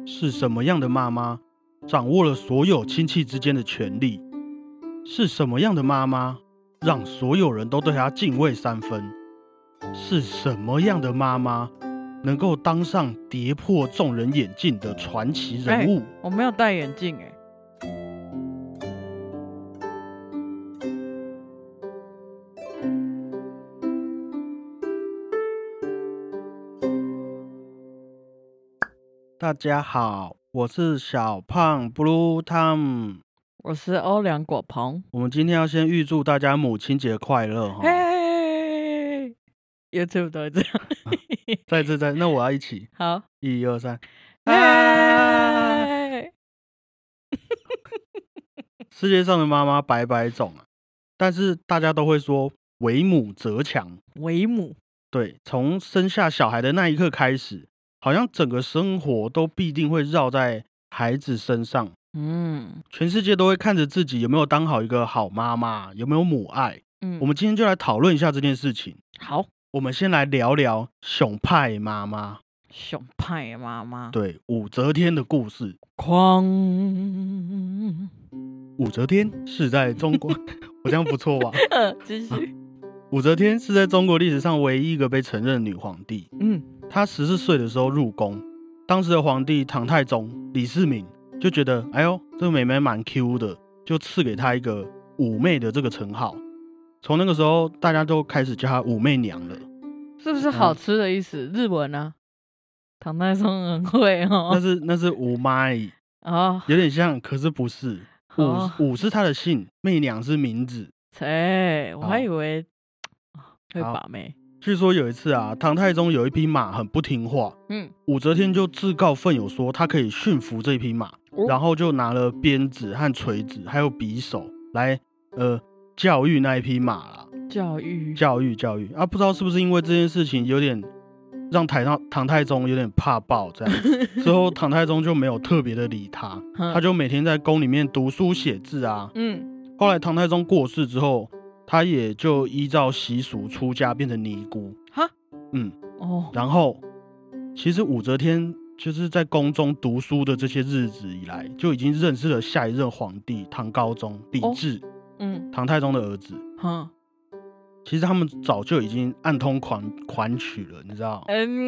是什么样的妈妈掌握了所有亲戚之间的权利？是什么样的妈妈让所有人都对她敬畏三分？是什么样的妈妈能够当上跌破众人眼镜的传奇人物？ 我没有戴眼镜大家好，我是小胖 Blue Tom， 我是欧良果鹏。 我们今天要先预祝大家母亲节快乐哈！ 嘿 ，YouTube 都会这样。 再次，那我要一起， 好 ，1、2、3， 嘿， 世界上的妈妈百百种啊，但是大家都会说为母则强。 为母， 对，从生下小孩的那一刻开始，好像整个生活都必定会绕在孩子身上。全世界都会看着自己有没有当好一个好妈妈，有没有母爱。我们今天就来讨论一下这件事情。 好， 我们先来聊聊熊派妈妈。 熊派妈妈， 对，武则天的故事。 狂， 武则天是在中国，我这样不错吧？ 继续。 武则天是在中国历史上唯一一个被承认的女皇帝。她14岁的时候入宫，当时的皇帝唐太宗李世民就觉得，哎呦，这个妹妹蛮 Q 的，就赐给她一个武媚的这个称号。从那个时候，大家都开始叫她武媚娘了。 是不是好吃的意思？日文啊，唐太宗很会哦。 那是武媚哦， 有点像，可是不是。武是她的姓，媚娘是名字。 我还以为会把妹。 据说有一次啊，唐太宗有一匹马很不听话，武则天就自告奋勇说她可以驯服这匹马，然后就拿了鞭子和锤子还有匕首来教育那一匹马啦。教育啊，不知道是不是因为这件事情有点让唐太宗有点怕爆这样，之后唐太宗就没有特别的理他，他就每天在宫里面读书写字啊。后来唐太宗过世之后，他也就依照习俗出家变成尼姑。然后其实武则天就是在宫中读书的这些日子以来，就已经认识了下一任皇帝唐高宗李治，唐太宗的儿子。其实他们早就已经暗通款曲了，你知道？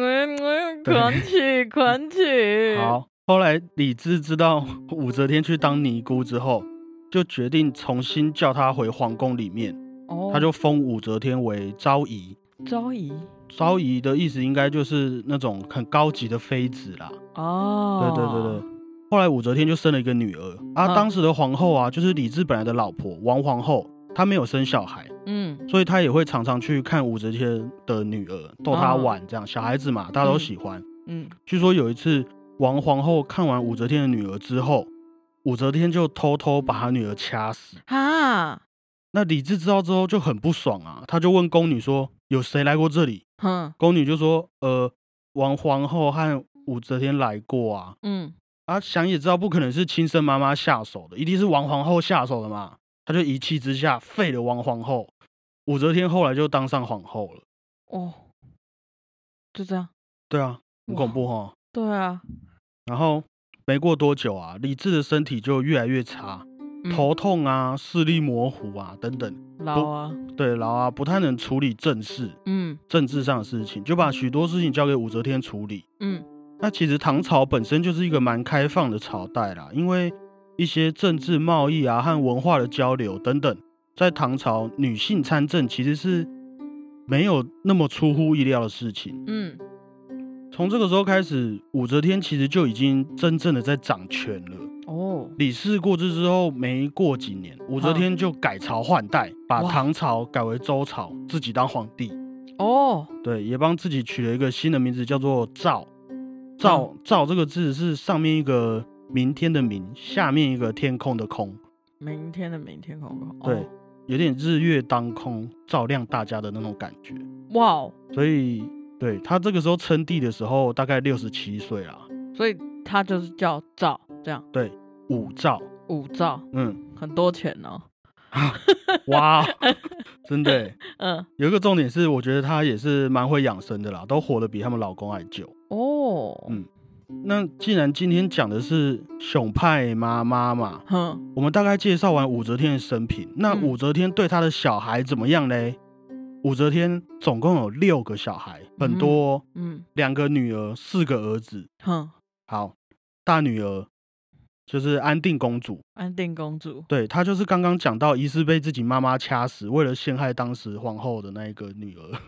款曲。 好，后来李治知道武则天去当尼姑之后，就决定重新叫她回皇宫里面。他就封武则天为昭仪。昭仪的意思应该就是那种很高级的妃子啦。对。后来武则天就生了一个女儿啊，当时的皇后啊，就是李治本来的老婆王皇后，她没有生小孩，所以她也会常常去看武则天的女儿，逗她玩，这样小孩子嘛，大家都喜欢。据说有一次王皇后看完武则天的女儿之后，武则天就偷偷把她女儿掐死。那李治知道之后就很不爽啊，他就问宫女说有谁来过这里？宫女就说王皇后和武则天来过啊。想也知道不可能是亲生妈妈下手的，一定是王皇后下手的嘛。他就一气之下废了王皇后，武则天后来就当上皇后了。 就这样。 对啊，很恐怖齁。 对啊。 然后没过多久啊，李治的身体就越来越差，头痛啊，视力模糊啊，等等。老啊，不太能处理政事，政治上的事情，就把许多事情交给武则天处理。那其实唐朝本身就是一个蛮开放的朝代啦，因为一些政治贸易啊和文化的交流等等，在唐朝女性参政其实是没有那么出乎意料的事情。从这个时候开始，武则天其实就已经真正的在掌权了。李氏过世之后没过几年，武则天就改朝换代，把唐朝改为周朝，自己当皇帝。对，也帮自己取了一个新的名字，叫做赵。赵这个字是上面一个明天的明，下面一个天空的空。 明天的明，天空的空。 对，有点日月当空，照亮大家的那种感觉。所以对他这个时候称帝的时候，大概67岁啦。 所以他就是叫赵，这样。 对，武曌。 很多钱哦。 哇，真的耶。有一个重点是，我觉得她也是蛮会养生的啦，都活得比他们老公还久。 那既然今天讲的是熊派妈妈嘛，我们大概介绍完武则天的生平，那武则天对她的小孩怎么样嘞？武则天总共有6个小孩，很多，2个女儿，4个儿子。好，大女儿就是安定公主。 安定公主， 对，她就是刚刚讲到疑似被自己妈妈掐死，为了陷害当时皇后的那一个女儿。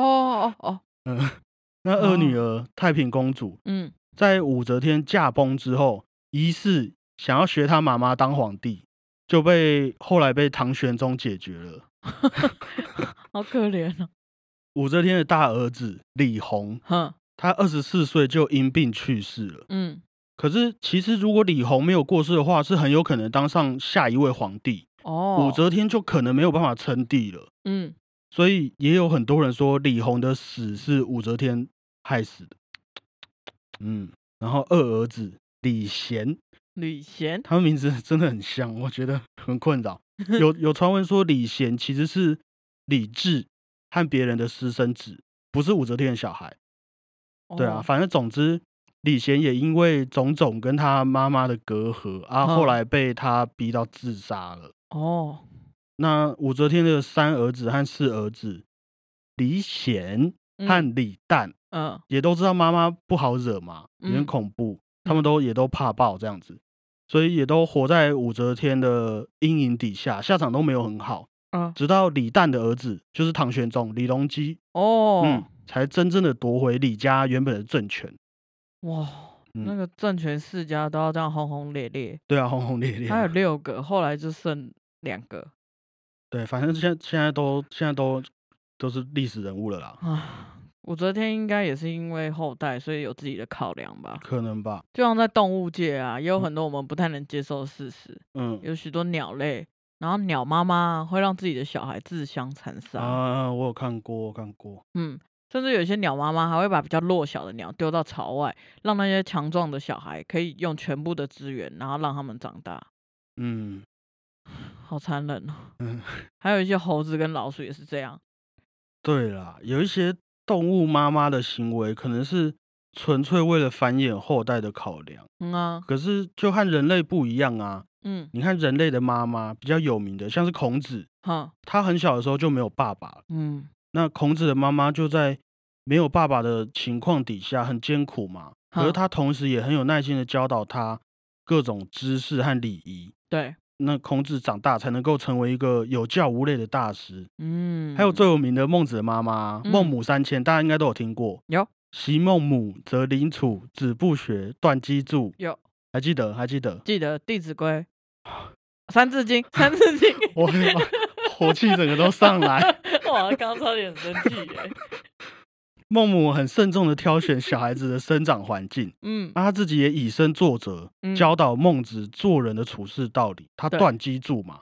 那2女儿太平公主，在武则天驾崩之后，疑似想要学她妈妈当皇帝，就后来被唐玄宗解决了。 好可怜哦。 武则天的大儿子李弘，他24岁就因病去世了。可是其实如果李弘没有过世的话，是很有可能当上下一位皇帝。武则天就可能没有办法称帝了。所以也有很多人说李弘的死是武则天害死的。然后2儿子李贤，他们名字真的很像，我觉得很困扰。有传闻说李贤其实是李治和别人的私生子，不是武则天的小孩。对啊，反正总之李贤也因为种种跟他妈妈的隔阂后来被他逼到自杀了。那武则天的3儿子和4儿子李显和李旦，也都知道妈妈不好惹嘛，有点恐怖，他们也都怕爆这样子，所以也都活在武则天的阴影底下，下场都没有很好。直到李旦的儿子就是唐玄宗李隆基，才真正的夺回李家原本的政权。哇， 那个政权世家都要这样轰轰烈烈。 对啊，轰轰烈烈。 他有6个，后来就剩2个。 对，反正现在都是历史人物了啦。 武则天应该也是因为后代，所以有自己的考量吧？ 可能吧。 就像在动物界啊，也有很多我们不太能接受的事实。有许多鸟类，然后鸟妈妈会让自己的小孩自相残杀。 我有看过。 甚至有些鸟妈妈还会把比较弱小的鸟丢到巢外，让那些强壮的小孩可以用全部的资源，然后让他们长大。好残忍哦。还有一些猴子跟老鼠也是这样。 对啦，有一些动物妈妈的行为可能是纯粹为了繁衍后代的考量。可是就和人类不一样啊。你看人类的妈妈比较有名的，像是孔子，他很小的时候就没有爸爸。那孔子的妈妈就在没有爸爸的情况底下很艰苦嘛，可是他同时也很有耐心的教导他各种知识和礼仪。 对， 那孔子长大才能够成为一个有教无类的大师。还有最有名的孟子的妈妈，孟母3000，大家应该都有听过。 有。 昔孟母，择邻处，子不学，断机杼。 有。 还记得？ 记得《弟子规》三字经。 我火气整个都上来。 哇，刚差点生气耶。 孟母很慎重的挑选小孩子的生长环境，他自己也以身作则，教导孟子做人的处事道理。他断机杼嘛。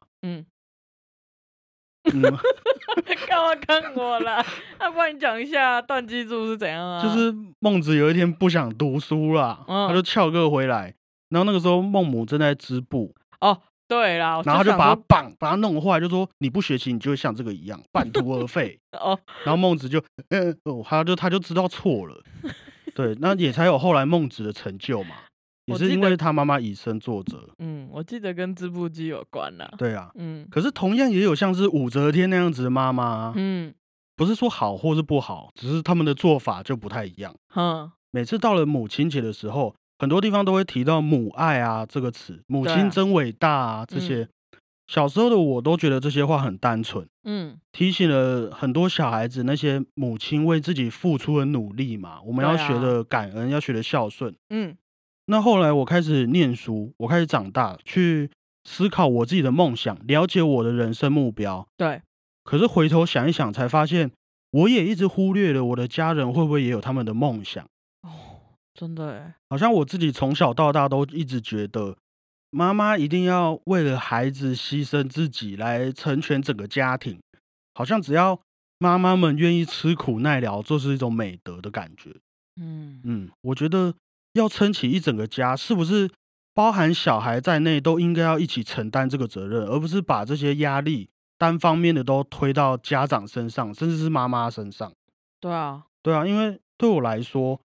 干嘛看我啦？那不然你讲一下断机杼是怎样啊？ 就是孟子有一天不想读书啦，他就翘课回来，然后那个时候孟母正在织布。 对啦， 然后他就把他弄坏，就说你不学习，你就会像这个一样半途而废。然后孟子就他就知道错了。对，那也才有后来孟子的成就嘛，也是因为他妈妈以身作则。 我记得跟织布机有关啦。 对啊。可是同样也有像是武则天那样子的妈妈。不是说好或是不好，只是他们的做法就不太一样。每次到了母亲节的时候，很多地方都会提到母爱啊这个词，母亲真伟大啊这些。小时候的我都觉得这些话很单纯，提醒了很多小孩子那些母亲为自己付出的努力嘛，我们要学的感恩，要学的孝顺。那后来我开始念书，我开始长大，去思考我自己的梦想，了解我的人生目标。 对。 可是回头想一想，才发现我也一直忽略了我的家人会不会也有他们的梦想。 真的耶， 好像我自己从小到大都一直觉得妈妈一定要为了孩子牺牲自己来成全整个家庭，好像只要妈妈们愿意吃苦耐劳，就是一种美德的感觉。我觉得要撑起一整个家，是不是包含小孩在内都应该要一起承担这个责任，而不是把这些压力单方面的都推到家长身上，甚至是妈妈身上。 对啊， 因为对我来说，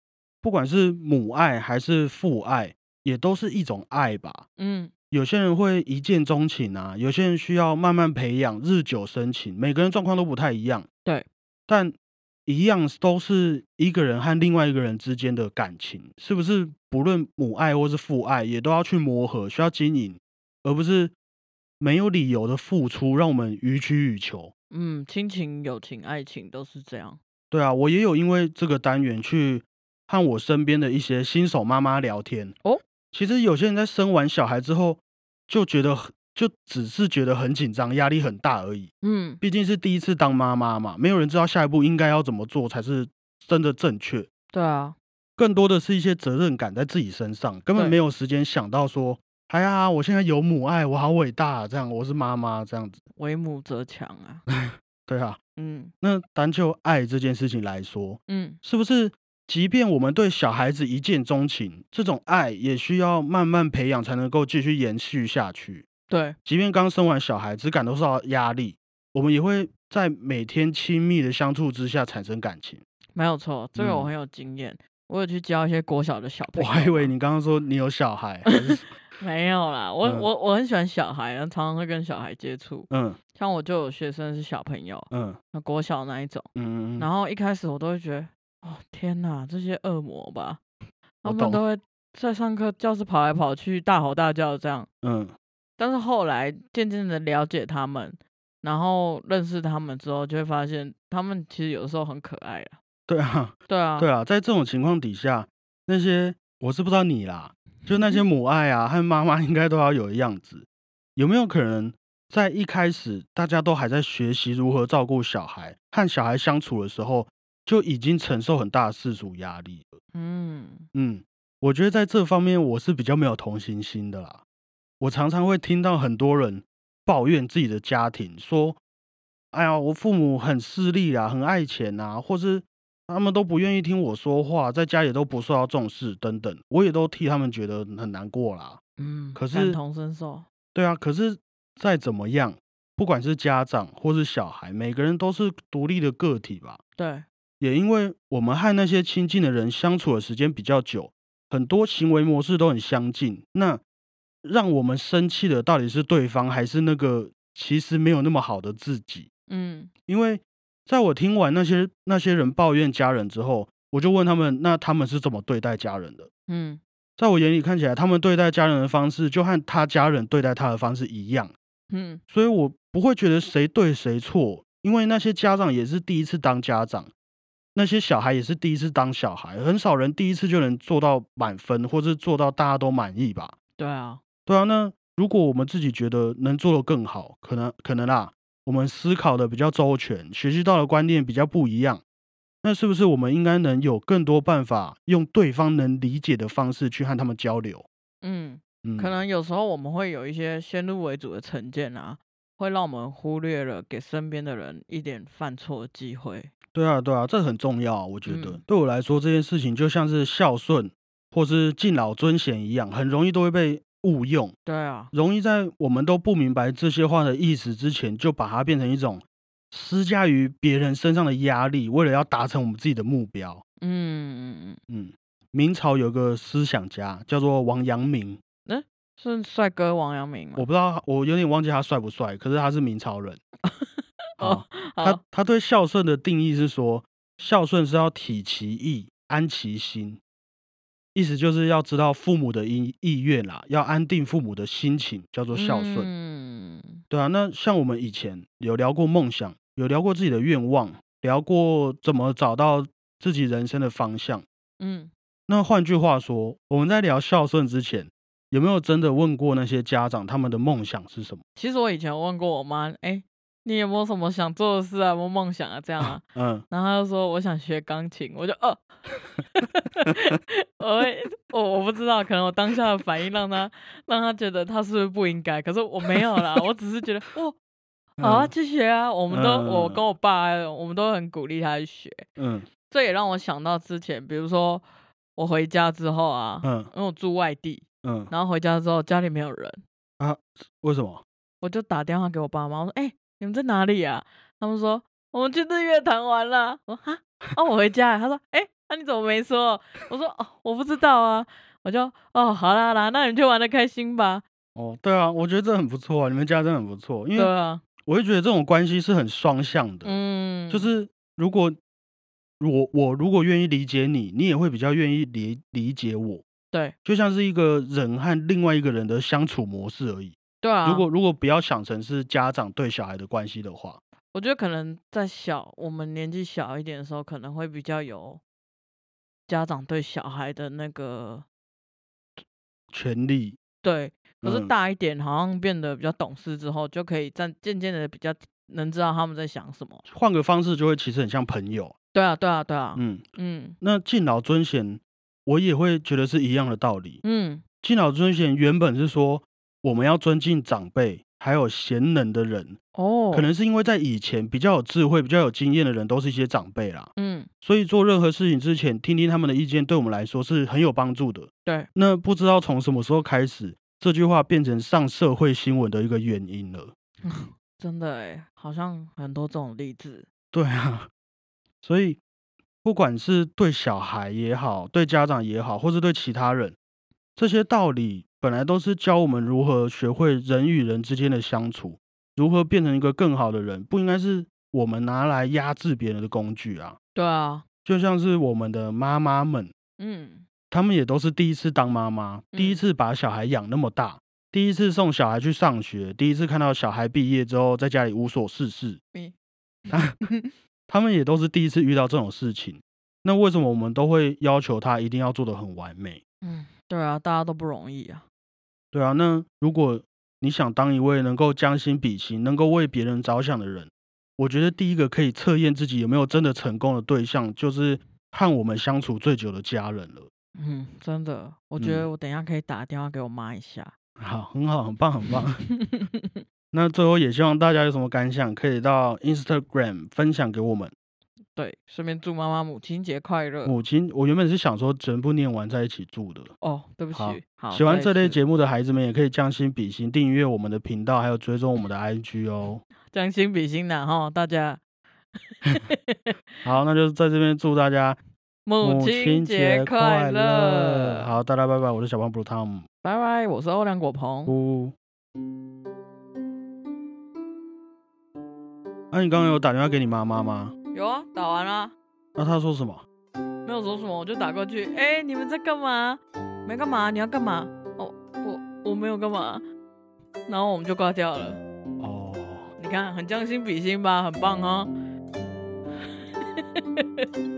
不管是母爱还是父爱，也都是一种爱吧。有些人会一见钟情啊，有些人需要慢慢培养，日久生情，每个人状况都不太一样。 对， 但一样都是一个人和另外一个人之间的感情，是不是不论母爱或是父爱，也都要去磨合，需要经营，而不是没有理由的付出，让我们予取予求。 亲情、友情、爱情都是这样。 对啊，我也有因为这个单元去和我身边的一些新手妈妈聊天。其实有些人在生完小孩之后，就只是觉得很紧张，压力很大而已。毕竟是第一次当妈妈嘛，没有人知道下一步应该要怎么做才是真的正确。 对啊， 更多的是一些责任感在自己身上，根本没有时间想到说，哎呀，我现在有母爱，我好伟大，这样我是妈妈这样子。 为母则强啊。 对啊，那单就爱这件事情来说，是不是？即便我们对小孩子一见钟情，这种爱也需要慢慢培养，才能够继续延续下去。 对， 即便刚生完小孩，只感受到压力，我们也会在每天亲密的相处之下产生感情。 没有错，这个我很有经验。我有去教一些国小的小朋友。 我还以为你刚刚说你有小孩。 没有啦，我很喜欢小孩，常常会跟小孩接触。像我就有学生是小朋友，那国小那一种。然后一开始我都会觉得，天哪，这些恶魔吧，他们都会在上课教室跑来跑去，大吼大叫这样。但是后来渐渐的了解他们，然后认识他们之后，就会发现他们其实有的时候很可爱啦。对啊， 在这种情况底下，那些我是不知道你啦，就那些母爱啊和妈妈应该都要有的样子。有没有可能在一开始大家都还在学习如何照顾小孩，和小孩相处的时候，就已经承受很大的世俗压力了？我觉得在这方面我是比较没有同情心的啦。我常常会听到很多人抱怨自己的家庭，说：“哎呀，我父母很势利啦，很爱钱啊，或是他们都不愿意听我说话，在家里都不受到重视等等。”我也都替他们觉得很难过啦。可是感同身受。 对啊，可是再怎么样，不管是家长或是小孩，每个人都是独立的个体吧。 对， 也因为我们和那些亲近的人相处的时间比较久，很多行为模式都很相近。那让我们生气的到底是对方，还是那个其实没有那么好的自己？因为在我听完那些人抱怨家人之后，我就问他们，那他们是怎么对待家人的？在我眼里看起来，他们对待家人的方式就和他家人对待他的方式一样。所以我不会觉得谁对谁错，因为那些家长也是第一次当家长，那些小孩也是第一次当小孩，很少人第一次就能做到满分，或是做到大家都满意吧。 对啊， 那如果我们自己觉得能做得更好，可能啦，我们思考的比较周全，学习到的观念比较不一样，那是不是我们应该能有更多办法，用对方能理解的方式去和他们交流？ 可能有时候我们会有一些先入为主的成见啊，会让我们忽略了给身边的人一点犯错的机会。 对啊，这很重要。我觉得对我来说，这件事情就像是孝顺或是敬老尊贤一样，很容易都会被误用。 对啊， 容易在我们都不明白这些话的意思之前，就把它变成一种施加于别人身上的压力，为了要达成我们自己的目标。明朝有个思想家叫做王阳明。 是帅哥王阳明吗？ 我不知道，我有点忘记他帅不帅，可是他是明朝人。他对孝顺的定义是说，孝顺是要体其意，安其心，意思就是要知道父母的意愿啦，要安定父母的心情，叫做孝顺。对啊，那像我们以前有聊过梦想，有聊过自己的愿望，聊过怎么找到自己人生的方向。那换句话说，我们在聊孝顺之前，有没有真的问过那些家长他们的梦想是什么？ 其实我以前问过我妈，你有没有什么想做的事啊？有没有梦想啊？这样啊？然后她就说我想学钢琴，我就我不知道，可能我当下的反应让他觉得他是不是不应该，可是我没有啦，我只是觉得好啊，去学啊！我跟我爸，我们都很鼓励他去学。这也让我想到之前，比如说我回家之后啊，因为我住外地，然后回家之后家里没有人啊，为什么？ 我就打电话给我爸妈，我说：“你们在哪里啊？”他们说：“我们去日月潭玩了。”我说：“我回家。”他说：“ 你怎么没说？我说我不知道啊。我就好啦，那你们就玩得开心吧。 对啊，我觉得这很不错啊，你们家真的很不错，因为我会觉得这种关系是很双向的。就是如果我如果愿意理解你，你也会比较愿意理解我。 对， 就像是一个人和另外一个人的相处模式而已。 对啊， 如果不要想成是家长对小孩的关系的话， 我觉得可能在我们年纪小一点的时候，可能会比较有家长对小孩的那个权利。 对，可是大一点，好像变得比较懂事之后，就可以渐渐的比较能知道他们在想什么。 换个方式，就会其实很像朋友。 对啊。 那敬老尊贤，我也会觉得是一样的道理。敬老尊贤原本是说我们要尊敬长辈，还有贤能的人。可能是因为在以前比较有智慧、比较有经验的人都是一些长辈啦。所以做任何事情之前，听听他们的意见，对我们来说是很有帮助的。 对。 那不知道从什么时候开始，这句话变成上社会新闻的一个原因了。 真的好像很多这种例子。 对啊，所以不管是对小孩也好，对家长也好，或是对其他人，这些道理本来都是教我们如何学会人与人之间的相处，如何变成一个更好的人，不应该是我们拿来压制别人的工具啊。 对啊， 就像是我们的妈妈们，他们也都是第一次当妈妈，第一次把小孩养那么大，第一次送小孩去上学，第一次看到小孩毕业之后在家里无所事事。他们也都是第一次遇到这种事情，那为什么我们都会要求他一定要做得很完美？ 对啊，大家都不容易啊。 对啊，那如果你想当一位能够将心比心、能够为别人着想的人，我觉得第一个可以测验自己有没有真的成功的对象，就是和我们相处最久的家人了。 真的，我觉得我等一下可以打电话给我妈一下。 好，很好，很棒，很棒。那最后也希望大家有什么感想，可以到 Instagram 分享给我们。 对，顺便祝妈妈母亲节快乐。 母亲，我原本是想说全部念完在一起祝的。 对不起。好， 喜欢这类节目的孩子们也可以将心比心，订阅我们的频道，还有追踪我们的 IG 哦。 将心比心的哈，大家。 好，那就在这边祝大家母亲节快乐。 好，大家拜拜，我是小胖 Blue Tom。 拜拜，我是欧良果鹏。 那你刚刚有打电话给你妈妈吗？ 有啊，打完了。 那她说什么？ 没有说什么，我就打过去。你们在干嘛？没干嘛，你要干嘛？我没有干嘛。然后我们就挂掉了。你看，很将心比心吧，很棒哦。